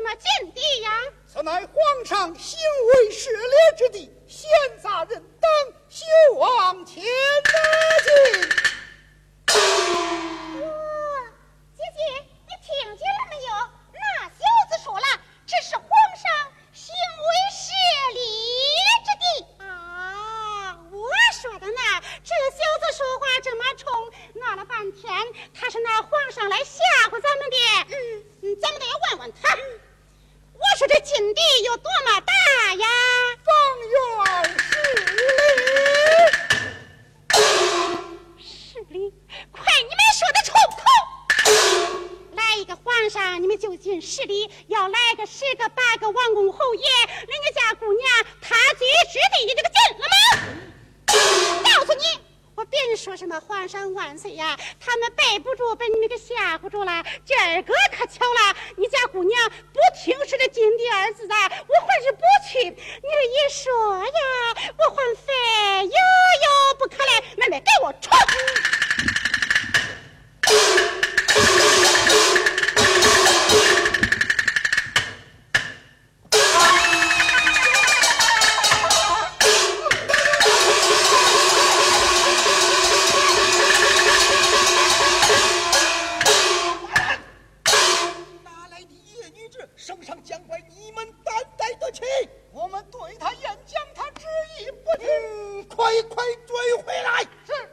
么禁地呀？ 此乃皇上行为失烈之地，闲杂人等休往前进。 姐姐，你听见了没有？那小子说了，这是皇上行为失礼之地啊！我说的呢，这小子说话这么冲，闹了半天，他是拿皇上来吓唬咱们的。咱们得问问他。我说这禁地有多么大呀？ 方圆 10里，快你们说的冲口！来一个皇上，你们就进10里；要来个10个8个王公侯爷，人家家姑娘踏居之地，你这个进了吗？告诉你，我别人说什么皇上万岁呀，他们背不住，被你们给吓唬住了。今儿个可巧了，你家姑娘不听说这禁地2字啊，我还是不去。你这一说呀，我还非有不可嘞。妹妹，给我冲！ 圣上将怪你们担待得起，我们对他演讲，他执意不听。快追回来！是。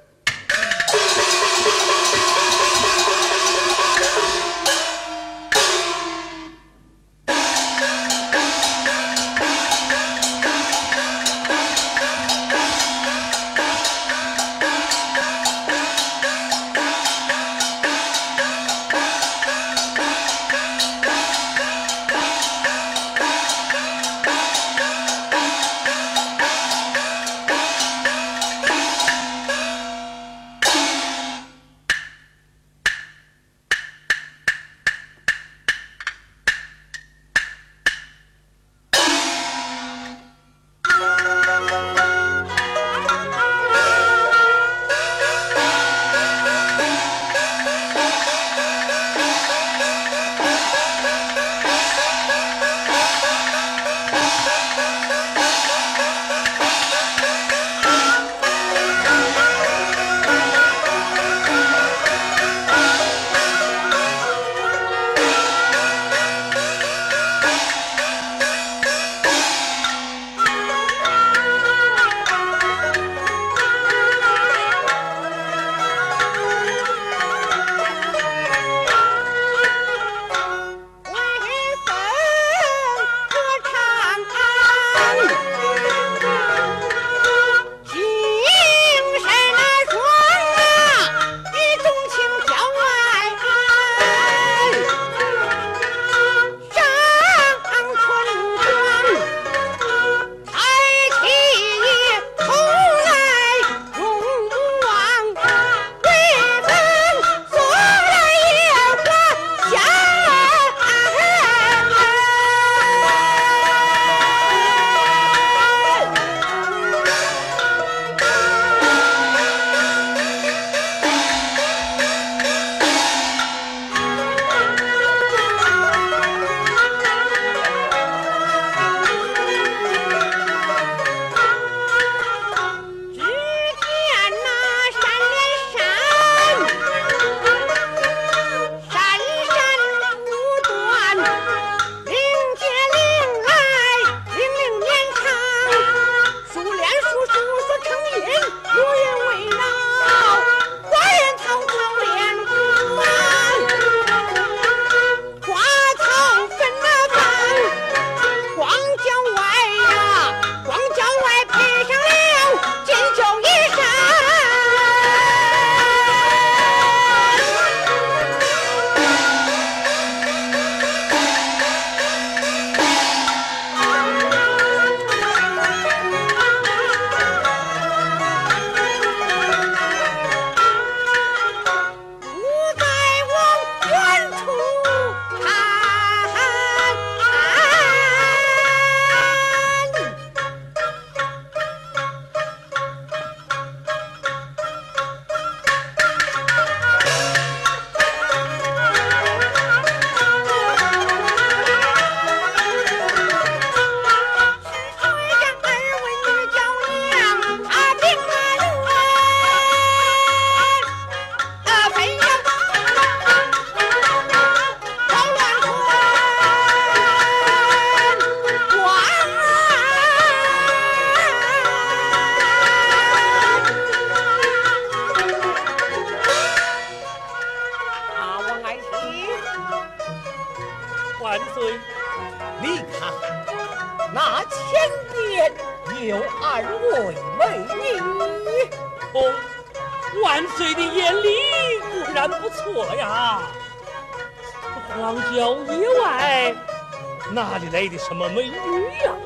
你看那前边有2位美女。 哦，万岁的眼力果然不错呀。荒郊野外哪里来的什么美女呀？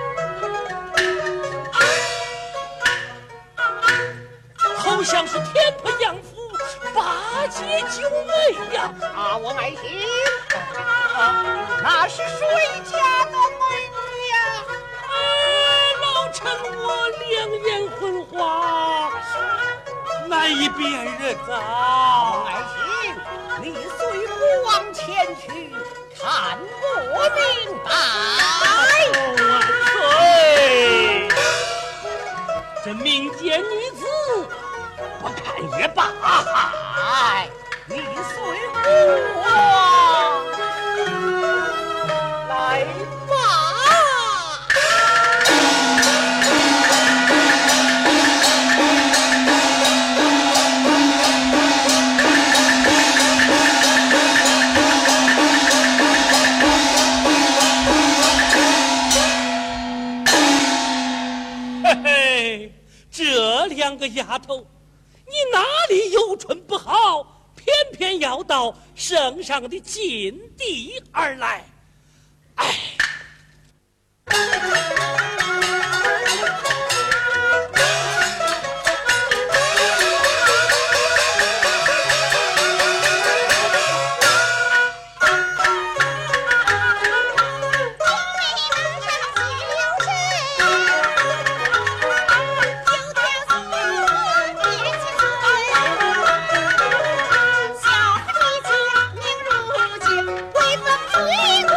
好像是天婆杨府8姐9妹呀！ 啊，我爱卿，那是谁家的美女呀？ 老臣我两眼昏花，难以辨认啊！ 爱卿，你随我往前去，看我明白。 万岁！这民间女子不看也罢。 哎，你随我来吧。 这2个丫头，你哪里有春不好，偏偏要到圣上的禁地而来？哎！ 小孩子明如镜，威风推。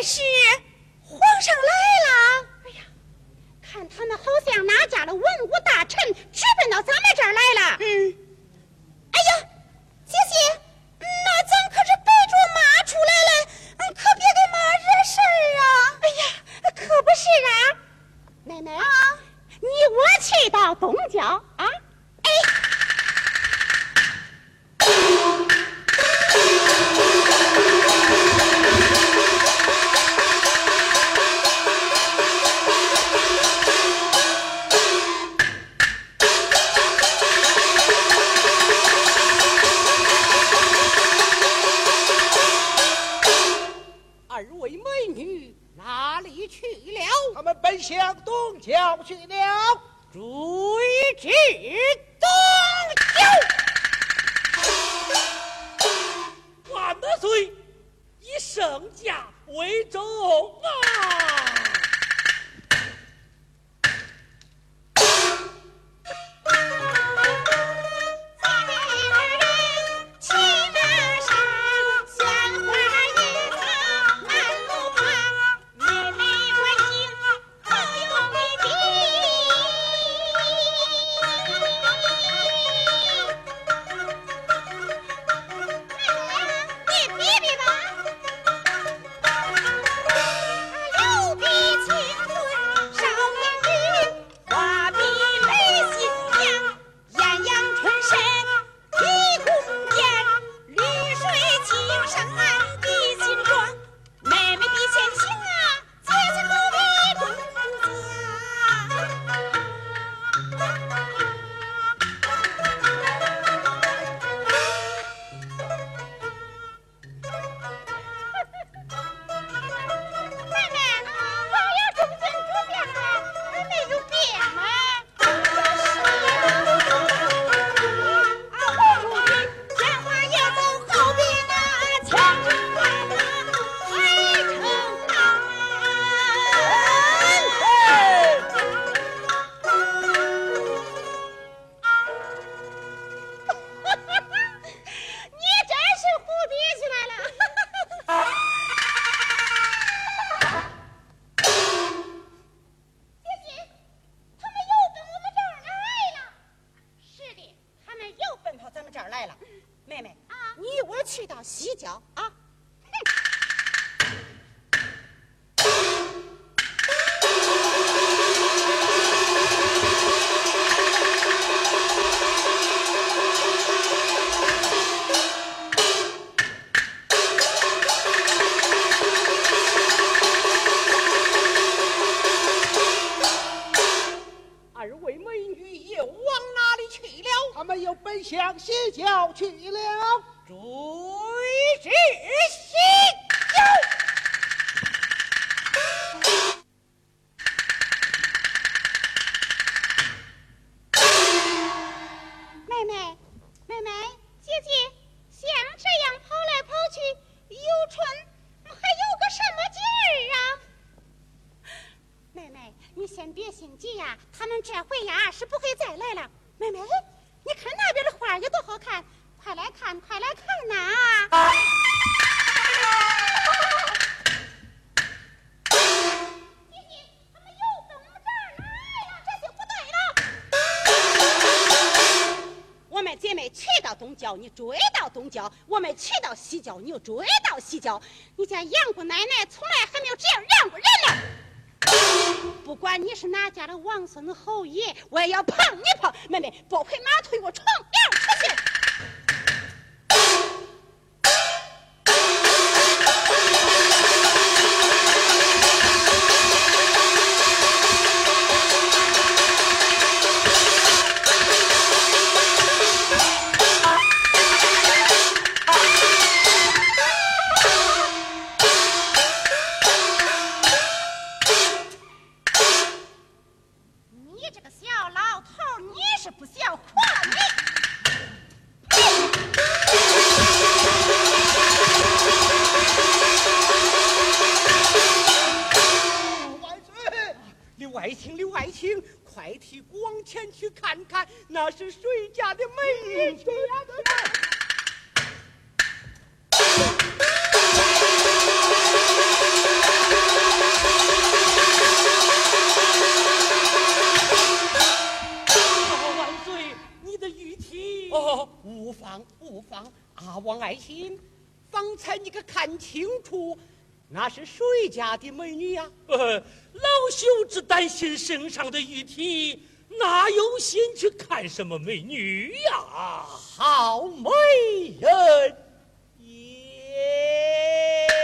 是皇上来了。哎呀，看他们好像哪家的文武大臣直奔到咱们这儿来了。哎呀，姐姐，那咱可是背着马出来了，可别给马惹事儿啊。哎呀，可不是啊。妹妹啊，你我去到东郊啊。哎。 二位美女哪里去了？他们奔向东郊去了。 追至东郊。 万万岁！以圣驾为重啊！ 去到西郊啊！ 二位美女又往哪里去了？他们又奔向西郊去了。 追至西郊。妹妹，妹妹，姐姐，像这样跑来跑去，有春还有个什么劲儿啊？妹妹，你先别心急呀，他们这回呀是不会再来了。妹妹，你看那边的花有多好看，快来看，快来看呐！姐姐，他们又奔我们这儿来了，这就不对了。我们姐妹去到东郊，你追到东郊；我们去到西郊，你又追到西郊。你家杨姑奶奶从来还没有这样让过人呢。不管你是哪家的王孙侯爷，我也要碰一碰。妹妹，拨回马腿，我冲要出去。 刘爱卿，快替往前去看看，那是谁家的美女？谁家的？ 王爱卿，方才你可看清楚，那是谁家的美女呀？ 老朽只担心身上的玉体，哪有心去看什么美女呀？ 好美人也。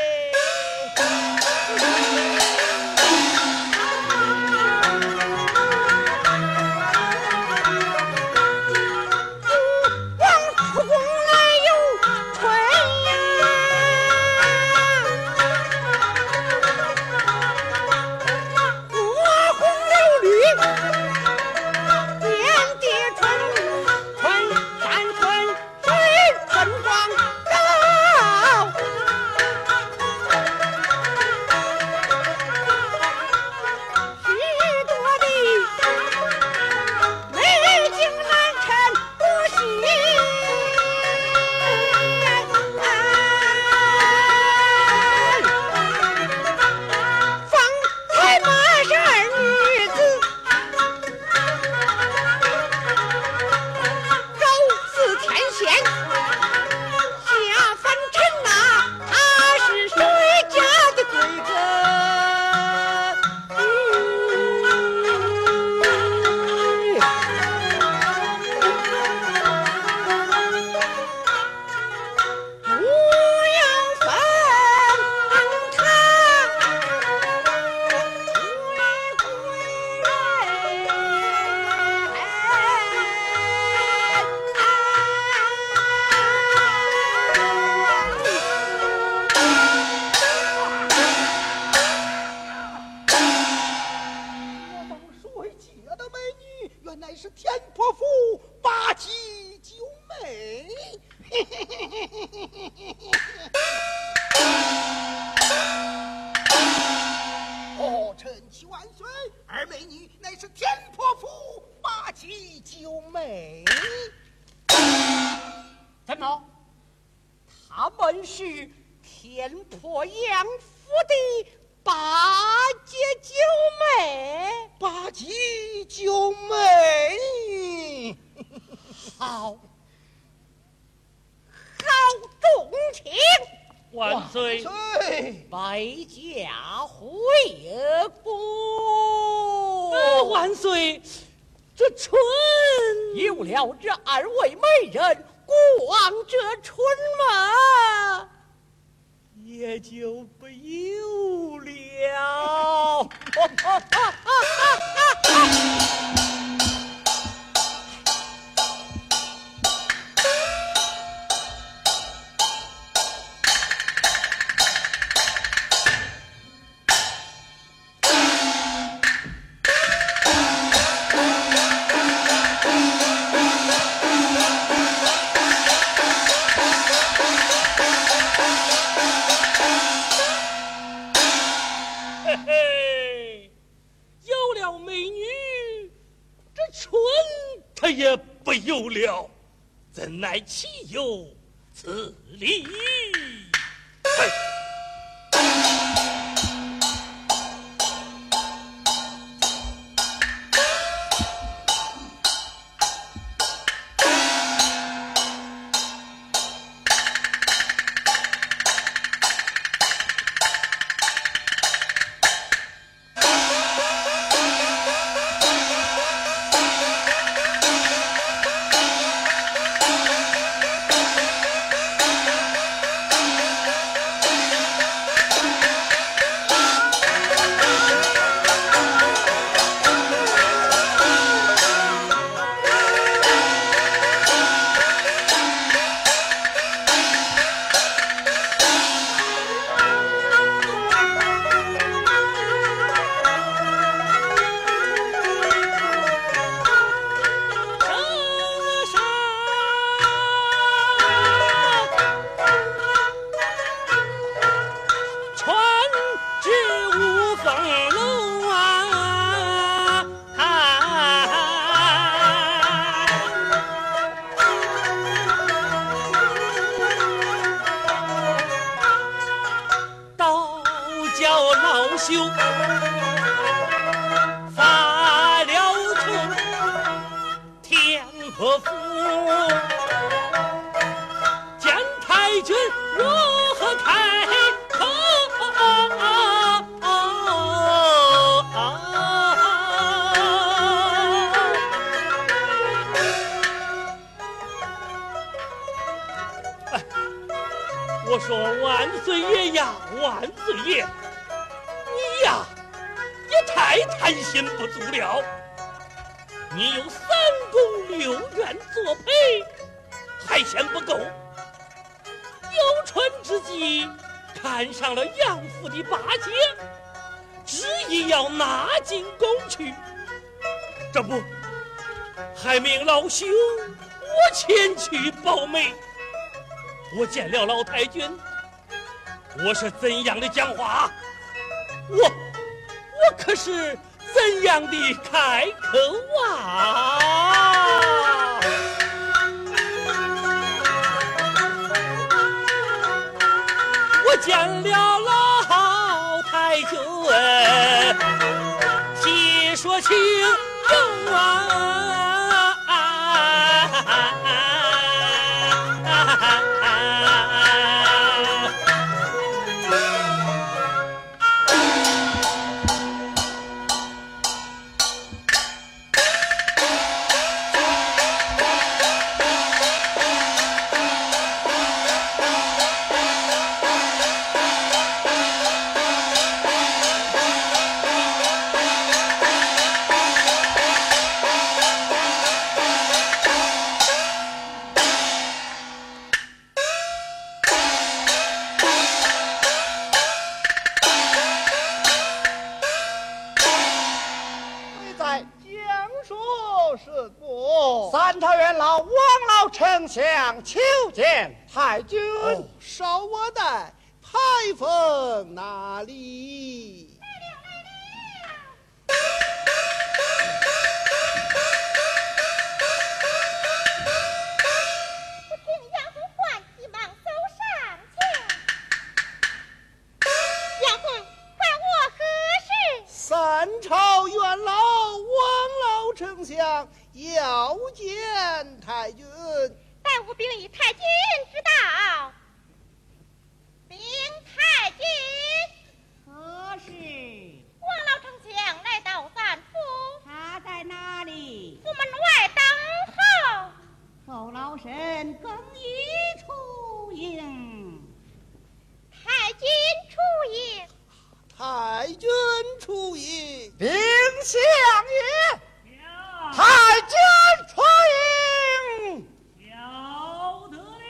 怎奈岂有此理！和府，见太岁爷呀，万岁爷！你呀，也太贪心不足了。你有3宫6院作陪，还嫌不够。有春之际，看上了杨府的八姐，执意要纳进宫去。这不，还命老兄我前去报媒。我见了老太君，我是怎样的讲话？我可是怎样的开口啊？我见了老太君，细说情由啊。 丞相求见太君。 稍我待，牌封哪里？ 我听杨府唤，急忙走上前。杨府唤我何事？ 三朝元老王老丞相要见太君。 待我禀与太君知道。禀太君， 何事？ 王老丞相来到咱府， 他在哪里？ 府门外等候。 寇老身更衣出迎。 太君出迎。 太君出迎。 禀相爷，太君出迎。 了得了！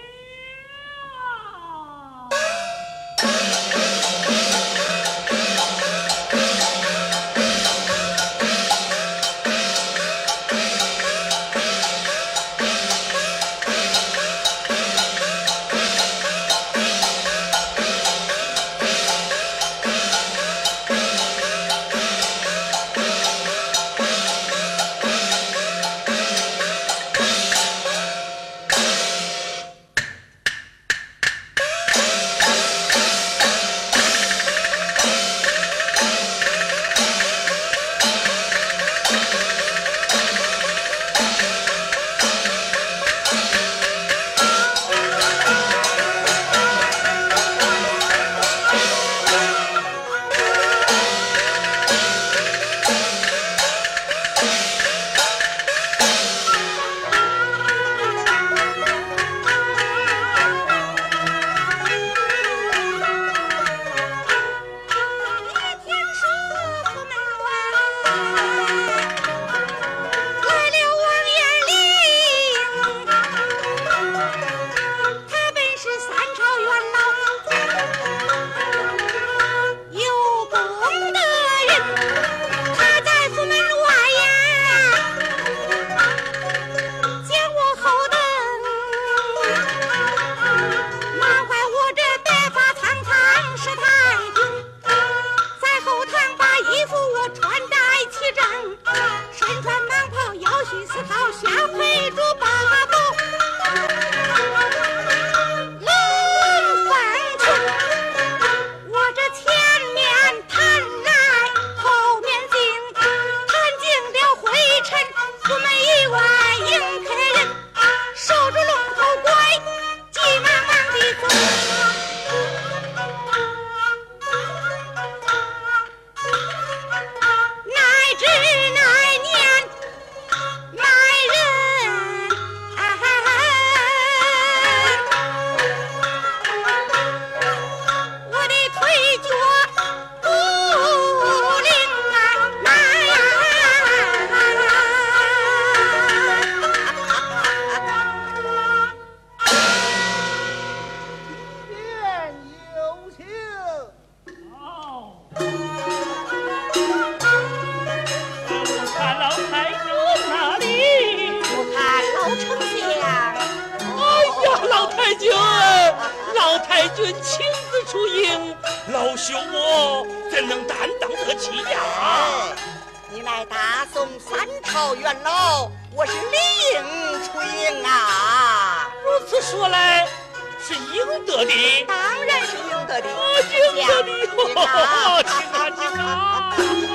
太君亲自出营，老朽我怎能担当得起呀？ 你乃大宋三朝元老，我是理应出营啊。 如此说来，是应得的。 当然是应得的。 应得的哟，请啊，请啊。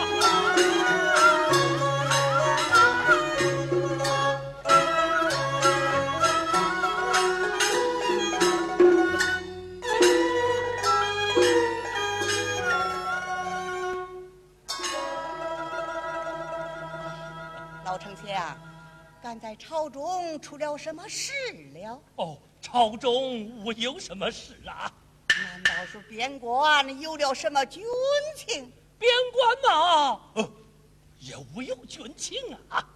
老丞相，敢在朝中出了什么事了？ 哦，朝中无有什么事啊？ 难道是边关有了什么军情？ 边关呐，也无有军情啊。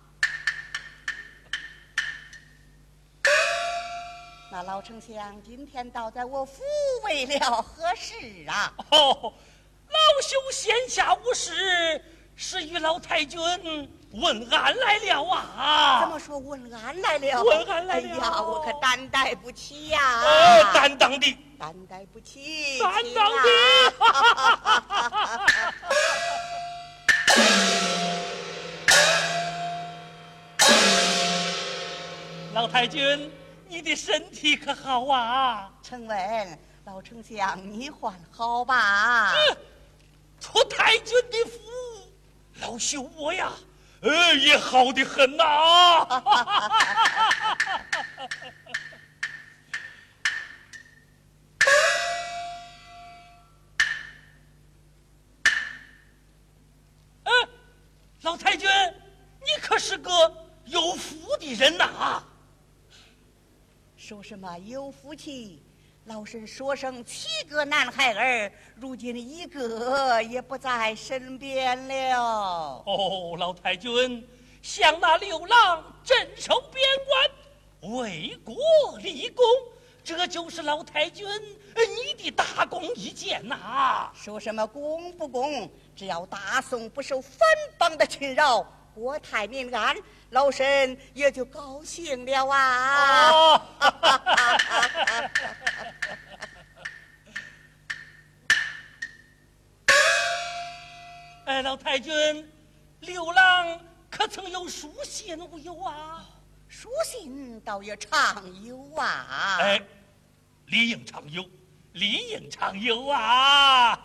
那老丞相今天倒在我府为了何事啊？ 哦，老朽闲暇无事，是与老太君问安来了啊！ 怎么说问安来了？ 问安来了！ 哎呀，我可担待不起呀！ 担当的， 担待不起， 担当的。老太君，你的身体可好啊？ 臣问老丞相，你还好吧？ 出太君的府，老朽我呀，也好得很呐、老太君，你可是个有福的人呐、 说什么有福气？老身说生7个男孩儿，如今一个也不在身边了。 哦，老太君，向那流浪镇守边关，为国立功，这就是老太君你的大功一件呐、 说什么功不功？只要大宋不受藩邦的侵扰，国泰民安，老身也就高兴了啊！ 哦哎，老太君，流浪可曾有书信无有啊？ 书信倒也常有啊。 哎，理应常有，理应常有啊！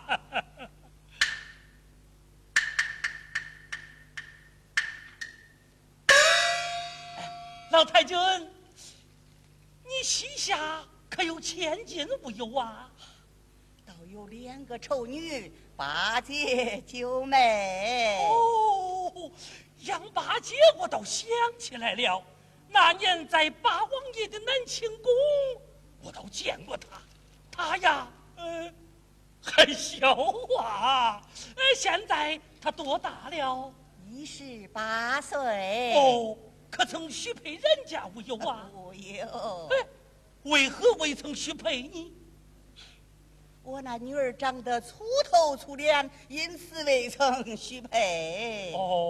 老太君，你膝下可有千金无有啊？ 倒有2个丑女，8姐9妹。 哦，杨八姐，我倒想起来了，那年在八王爷的南清宫，我倒见过她。她呀，还小啊，现在她多大了 ？18岁。 哦，可曾许配人家无有啊？ 无有。 为何未曾许配你？ 我那女儿长得粗头粗脸，因此未曾许配。 哦，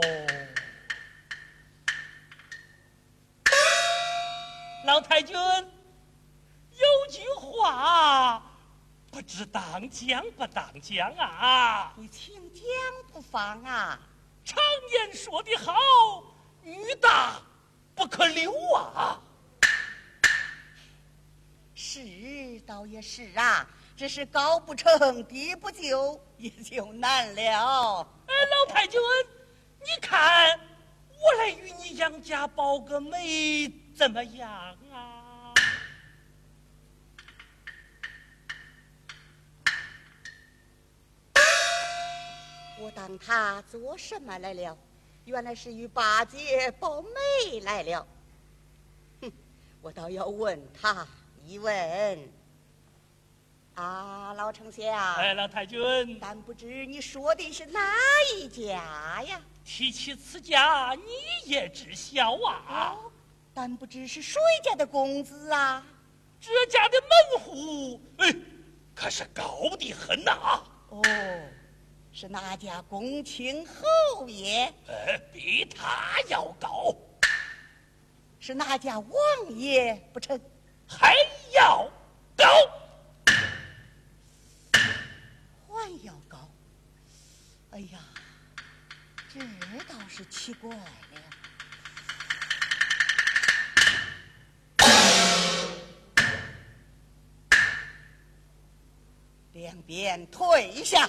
老太君，有句话不知当讲不当讲啊？ 你请讲不妨啊。 常言说得好，女大不可留啊。 是，倒也是啊。只是高不成低不就，也就难了。 老太君，你看我来与你杨家报个媒怎么样啊？ 我当他做什么来了？原来是与八姐报媒来了。哼，我倒要问他一问。啊，老丞相！ 哎，老太君， 但不知你说的是哪一家呀？ 提起此家，你也知晓啊。 哦，但不知是谁家的公子啊？ 这家的门户，可是高得很呐。 哦，是哪家公卿侯爷？ 比他要高。 是哪家王爷不成？ 还要高。 是奇怪了。两边退下。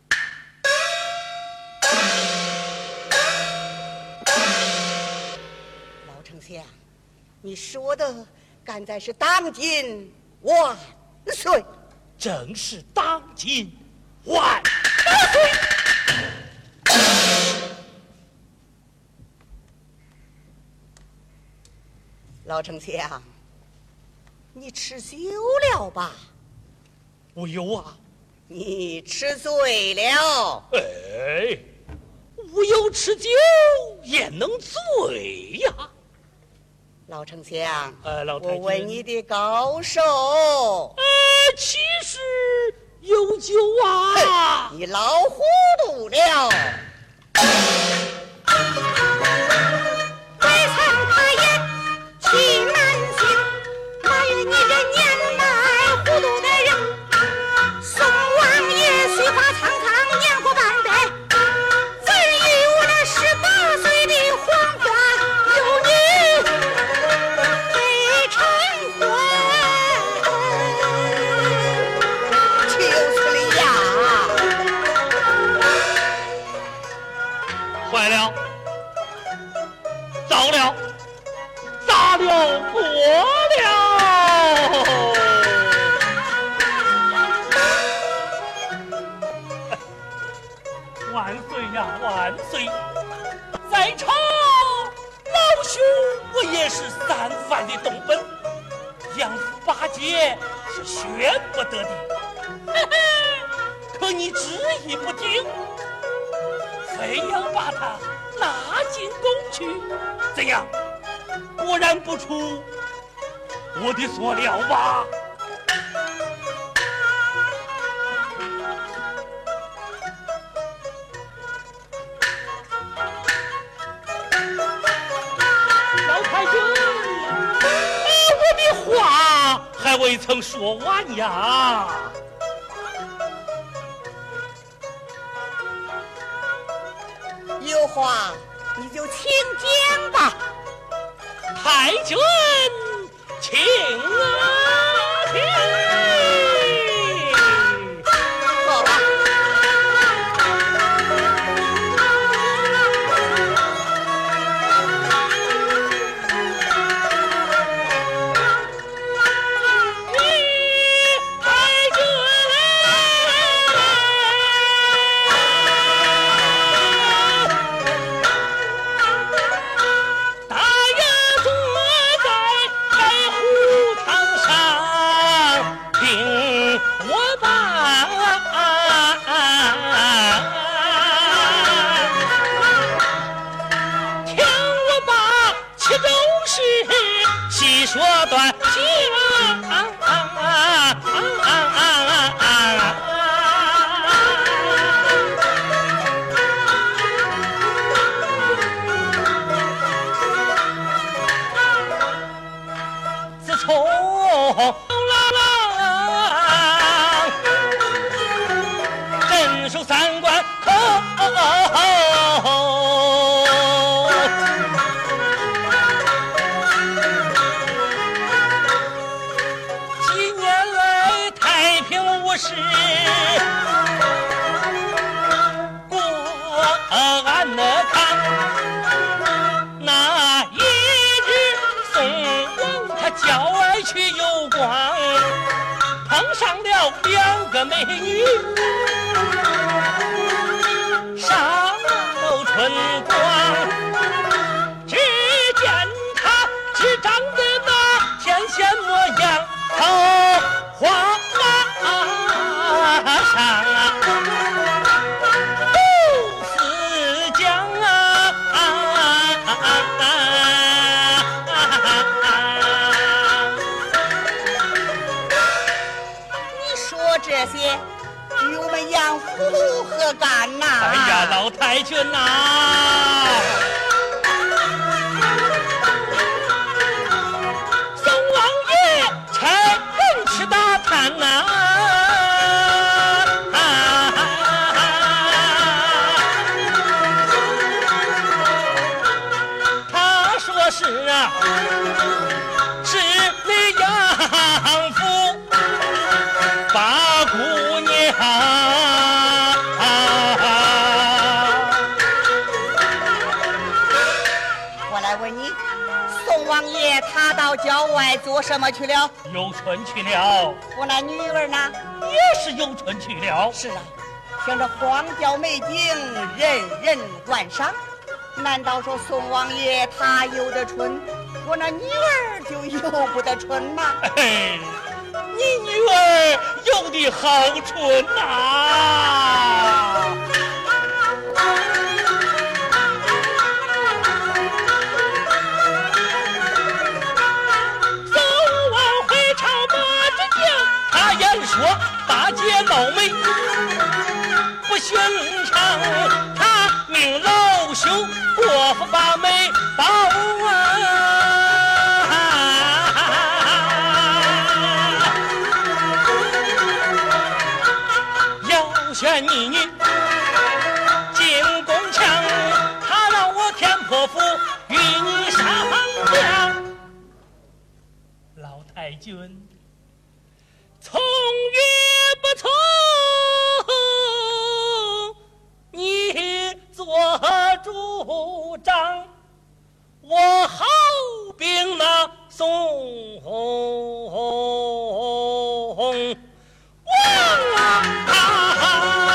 老丞相，你说的赶在是当今万岁！ 正是当今万岁！ 老丞相，你吃酒了吧？ 我有啊。 你吃醉了。 哎，无有吃酒也能醉呀。 老丞相， 老太君， 我问你的高手。 其实有酒啊。 你老糊涂了。 未曾可言气难行，哪有你这年迈糊涂的人？宋王爷须发苍苍，年过半百，怎与我那18岁的黄花幼女配成婚？ 就是呀！ 坏了，糟了，砸了锅了！万岁呀，万岁！在朝老兄我也是3番的东奔，杨府八戒是宣不得的。嘿嘿，可你执意不听，非要把他拿进宫去，怎样？果然不出我的所料吧？老太君，我的话还未曾说完呀。 有话你就请讲吧。 太君，请啊，请！ 好吧。说短讲，自从镇守3关后。是过安的康，那一日宋王他叫儿去游逛，碰上了2个美女，上楼春光，只见她只长得那天仙模样，桃花上不似讲你说这些与我们杨府何干呐？ 哎呀，老太君呐！宋王爷差人去打探呐！ 是你养父八姑娘。 我来问你，宋王爷他到郊外做什么去了？ 游春去了。 我那女儿呢？ 也是游春去了。 是啊，听着荒郊美景，人人观赏。难道说宋王爷他游的春，我那女儿就游不得春吗？ 嘿，你女儿游的好春啊！宋王回朝马之将，他言说八姐貌美不寻常，他命老朽过府把美报要选你女进宫墙，他让我天婆府与你上梁。老太君从与不从，你做主张，我好兵那宋王啊！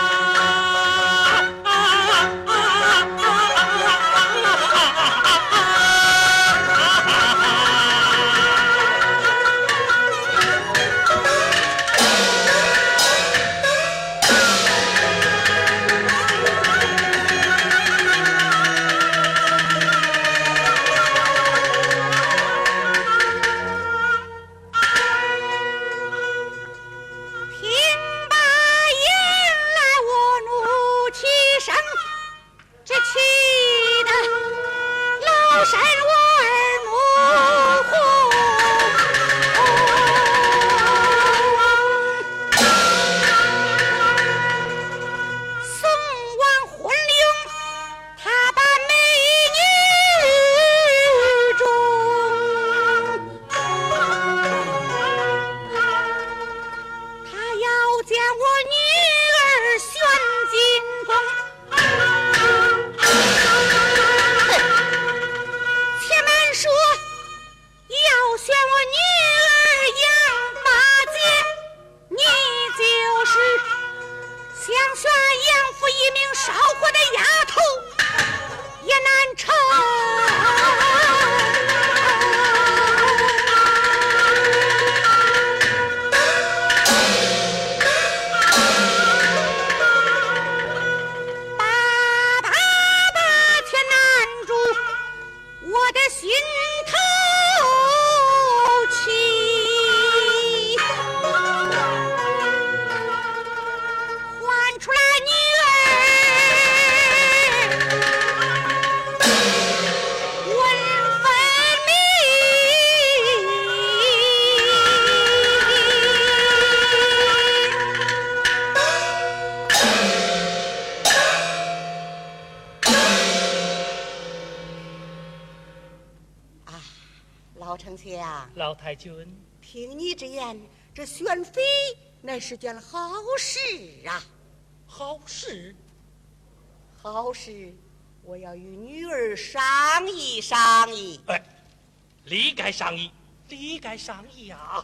老太君， 听你之言，这选妃乃是件好事啊！ 好事， 好事，我要与女儿商议商议。 哎，理该商议，理该商议啊！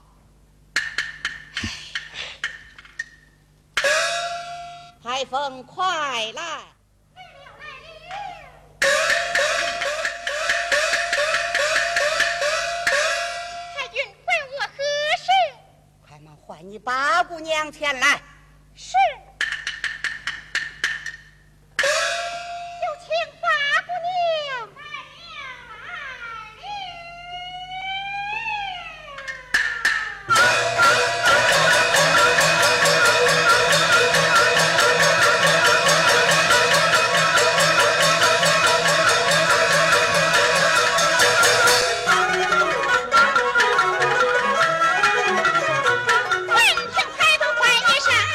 海风，快来！唤你八姑娘前来。 是。有请八姑娘。 闻听抬头唤一声。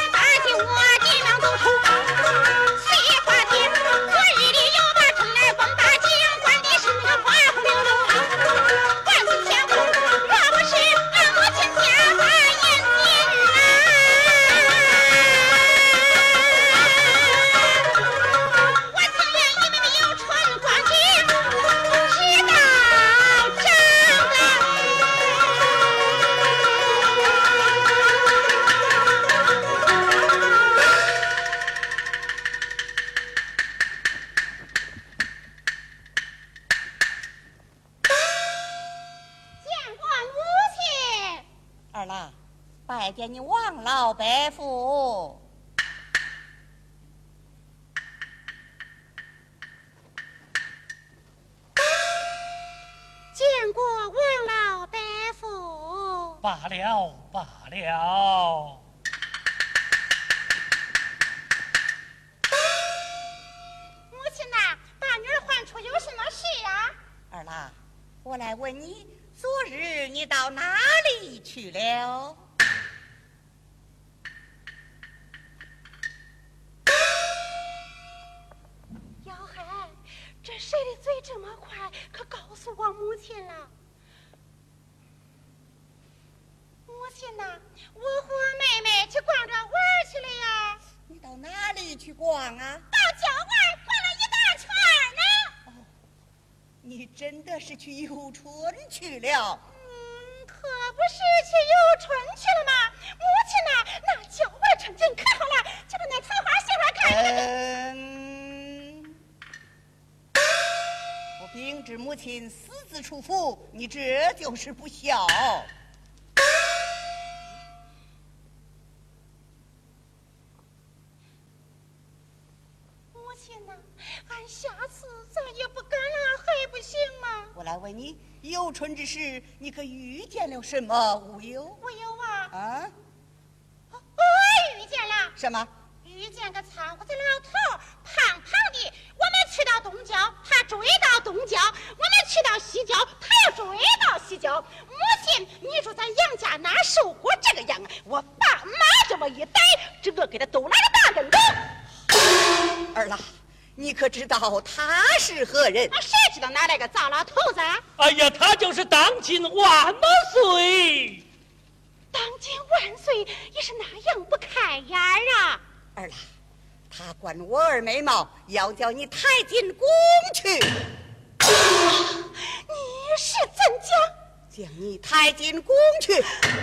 见你王老伯父。 见过王老伯父。 罢了罢了。 母亲呐，把女儿唤出有什么事啊？ 二郎，我来问你，昨日你到哪里去了？ 姚海，这谁的嘴这么快，可告诉我母亲了。母亲呐，我和妹妹去逛着玩去了呀。 你到哪里去逛啊？ 到郊外逛了一大圈呢。 哦，你真的是去游春去了？ 可不是去游春去了吗？母亲呐，那郊外春景可好了，就把那桃花杏花看。 我秉知母亲私自出府，你这就是不孝。 母亲呐，俺下次再也不敢了，还不行吗？ 我来问你，游春之时，你可遇见了什么无有？ 我有啊。 啊？ 我遇见了。 什么？ 遇见个苍胡子老头，胖胖的。我们去到东郊，他追到东郊；我们去到西郊，他又追到西郊。母亲，你说咱杨家哪受过这个样啊？我爸妈这么一逮，这个给他都来了大跟头。 儿郎，你可知道他是何人？ 谁知道哪来个糟老头子？ 哎呀，他就是当今万岁。 当今万岁也是那样不开眼啊！ 儿郎，他管我二妹貌，要叫你抬进宫去。 你是怎讲？ 将你抬进宫去。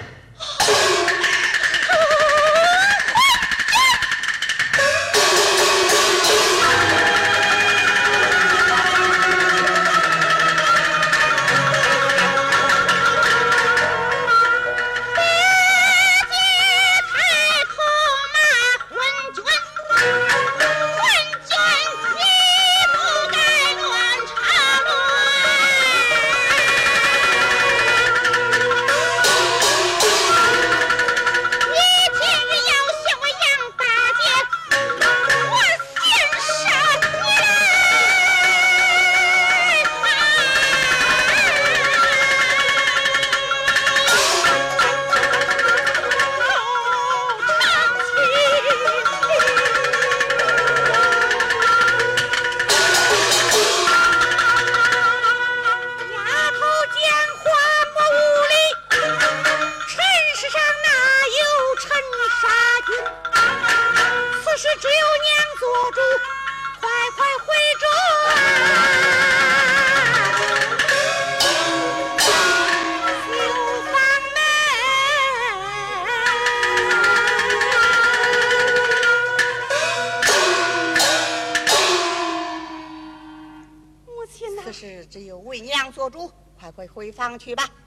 此事只有为娘做主，快快回房去吧。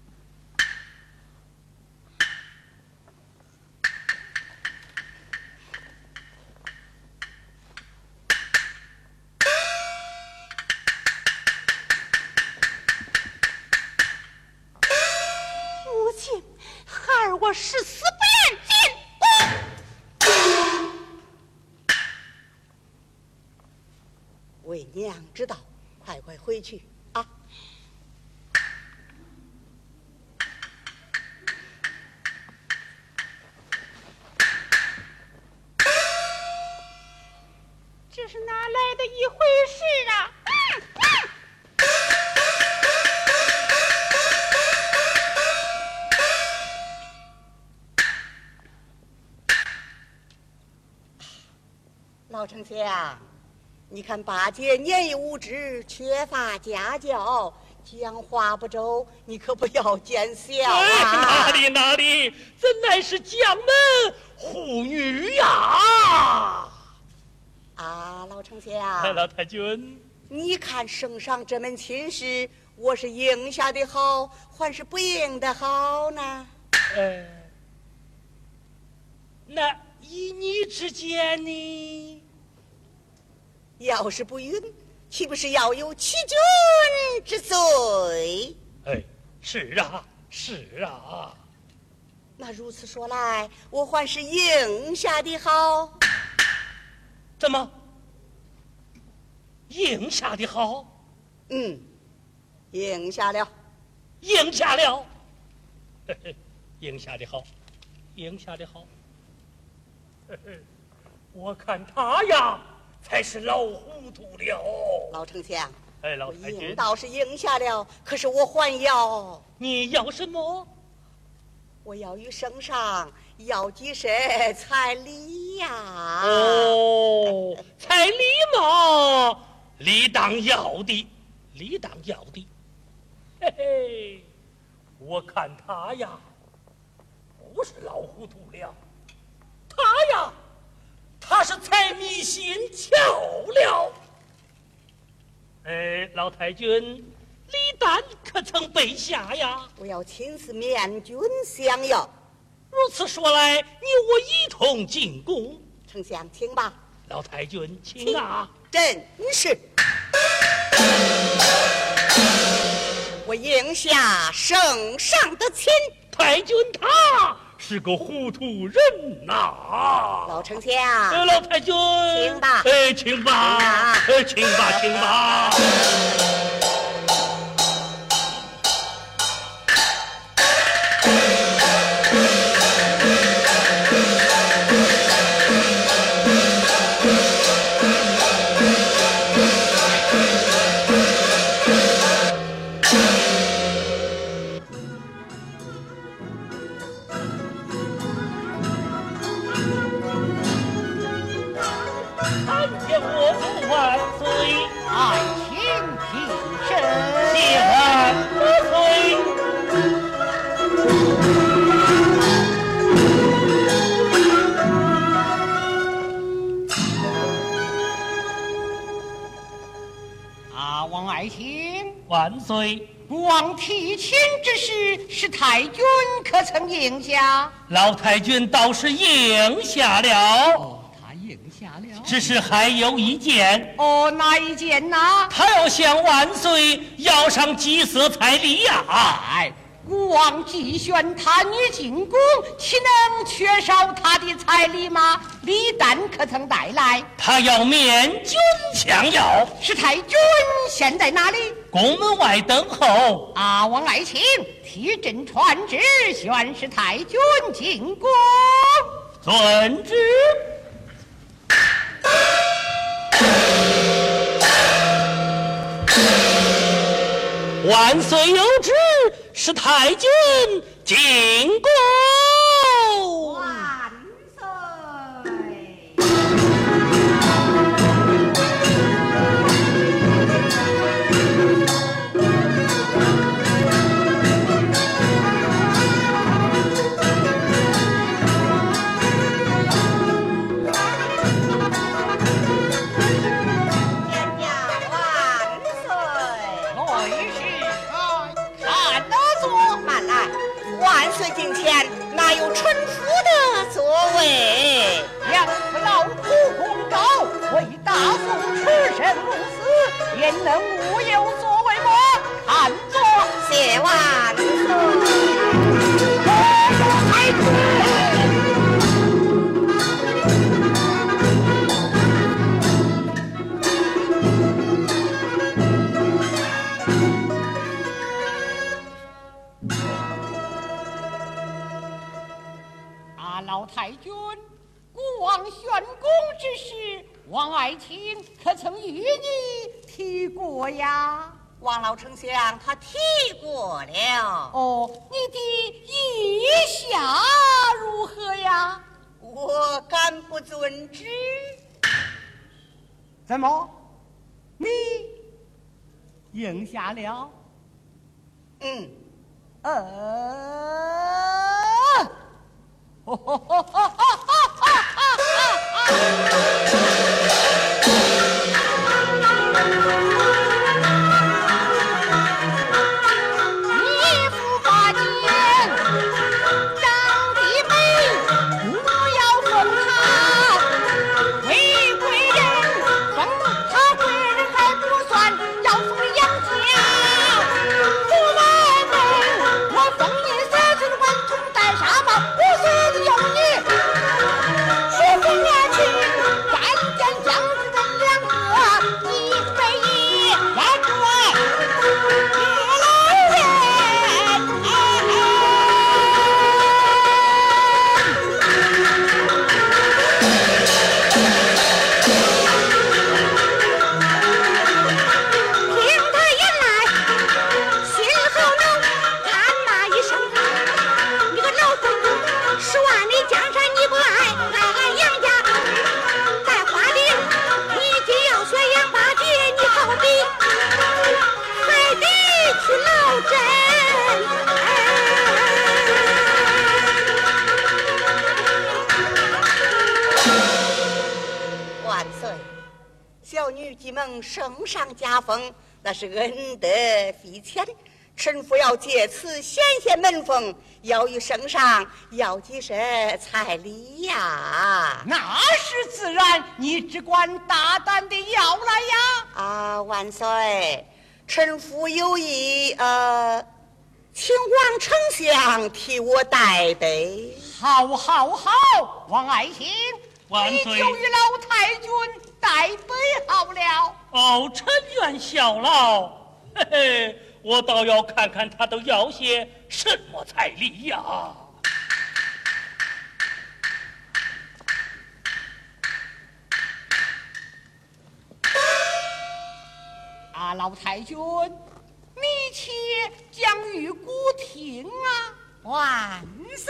母亲，孩儿我誓死不言进宫。 为娘知道，快快回去啊！ 这是哪来的一回事啊？ 老丞相，你看八姐年幼无知，缺乏家教，讲话不周，你可不要见笑啊！ 哪里，怎乃是将门护女呀！ 啊，老丞相， 老太君， 你看圣上这门亲事，我是应下的好，还是不应的好呢？ 那依你之见呢？ 要是不允，岂不是要有欺君之罪？ 哎，是啊，是啊。 那如此说来，我还是应下的好。 怎么？应下的好？ 应下了。 应下了。嘿嘿，应下的好，应下的好。嘿嘿，我看他呀，才是老糊涂了。 老丞相， 哎，老太君， 应倒是应下了，可是我还要。 你要什么？ 我要与圣上要几舍彩礼呀！ 哦，彩礼嘛，理当要的，理当要的。嘿嘿，我看他呀，不是老糊涂了，他呀，他是财迷心窍了。哎，老太君，李旦可曾备下呀？ 我要亲自面君相邀。 如此说来，你我一同进宫。 丞相，请吧。 老太君，请啊！ 正是。我应下圣上的请。 太君他是个糊涂人呐！ 老丞相， 老太君， 请吧。 哎，请吧，请吧，请吧。万岁！ 国王提亲之事，是太君可曾应下？ 老太君倒是应下了。 他应下了。 只是还有一件。 哪一件呢？ 他要向万岁要上几色彩礼呀！ 国王既选他女进宫，岂能缺少他的彩礼吗？李旦可曾带来？ 他要面君相邀。 是太君现在哪里？ 宫门外等候。 王爱卿，替朕传旨，宣示太君进宫。 遵旨。万岁有旨，是太君进宫。 万岁！ 万岁近前，哪有臣服的座位？ 杨父老苦功高，为大宋耻身如此，焉能无有座位么？看坐。 谢万岁。 老太君，国王选宫之事，王爱卿可曾与你提过呀？ 王老丞相他提过了。 你的意下如何呀？ 我敢不遵旨。 怎么？你应下了？ 一副八件长得美，不要进门升上加封，那是恩德非浅。臣妇要借此显现门风，要与圣上要几声彩礼呀！ 那是自然，你只管大胆的要来呀！ 啊，万岁！臣妇有意请王丞相替我代备。 好，王爱卿， 万岁！ 你就与老太君代备好了。 哦，臣愿效劳。嘿嘿，我倒要看看他都要些什么彩礼呀！ 啊，老太君，你且将玉鼓听啊！ 万岁！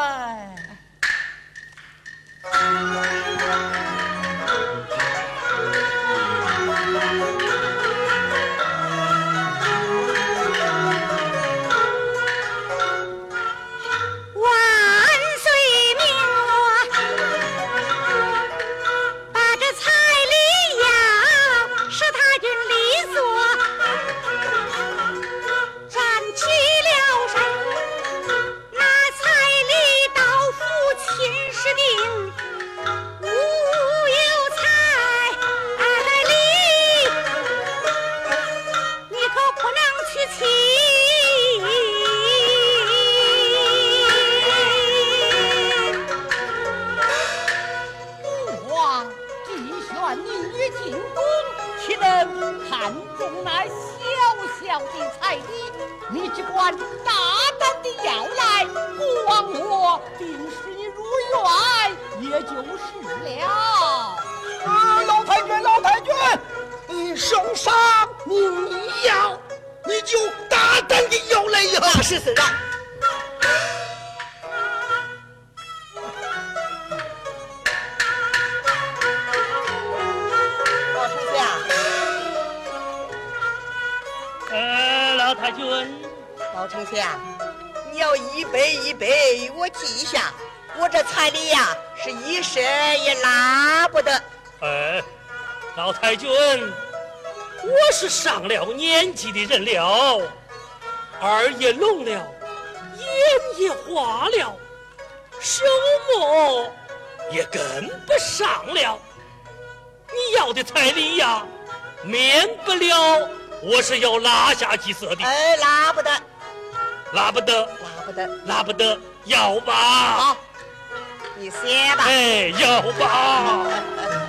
老丞相，你要一杯一杯，我记下。我这彩礼呀，是一时也拉不得。 哎，老太君，我是上了年纪的人了，耳也聋了，眼也花了，手磨也跟不上了。你要的彩礼呀，免不了我是要拉下几色的。 哎，拉不得， 拉不得， 拉不得， 拉不得，要吧？ 好，你写吧。 哎，要吧？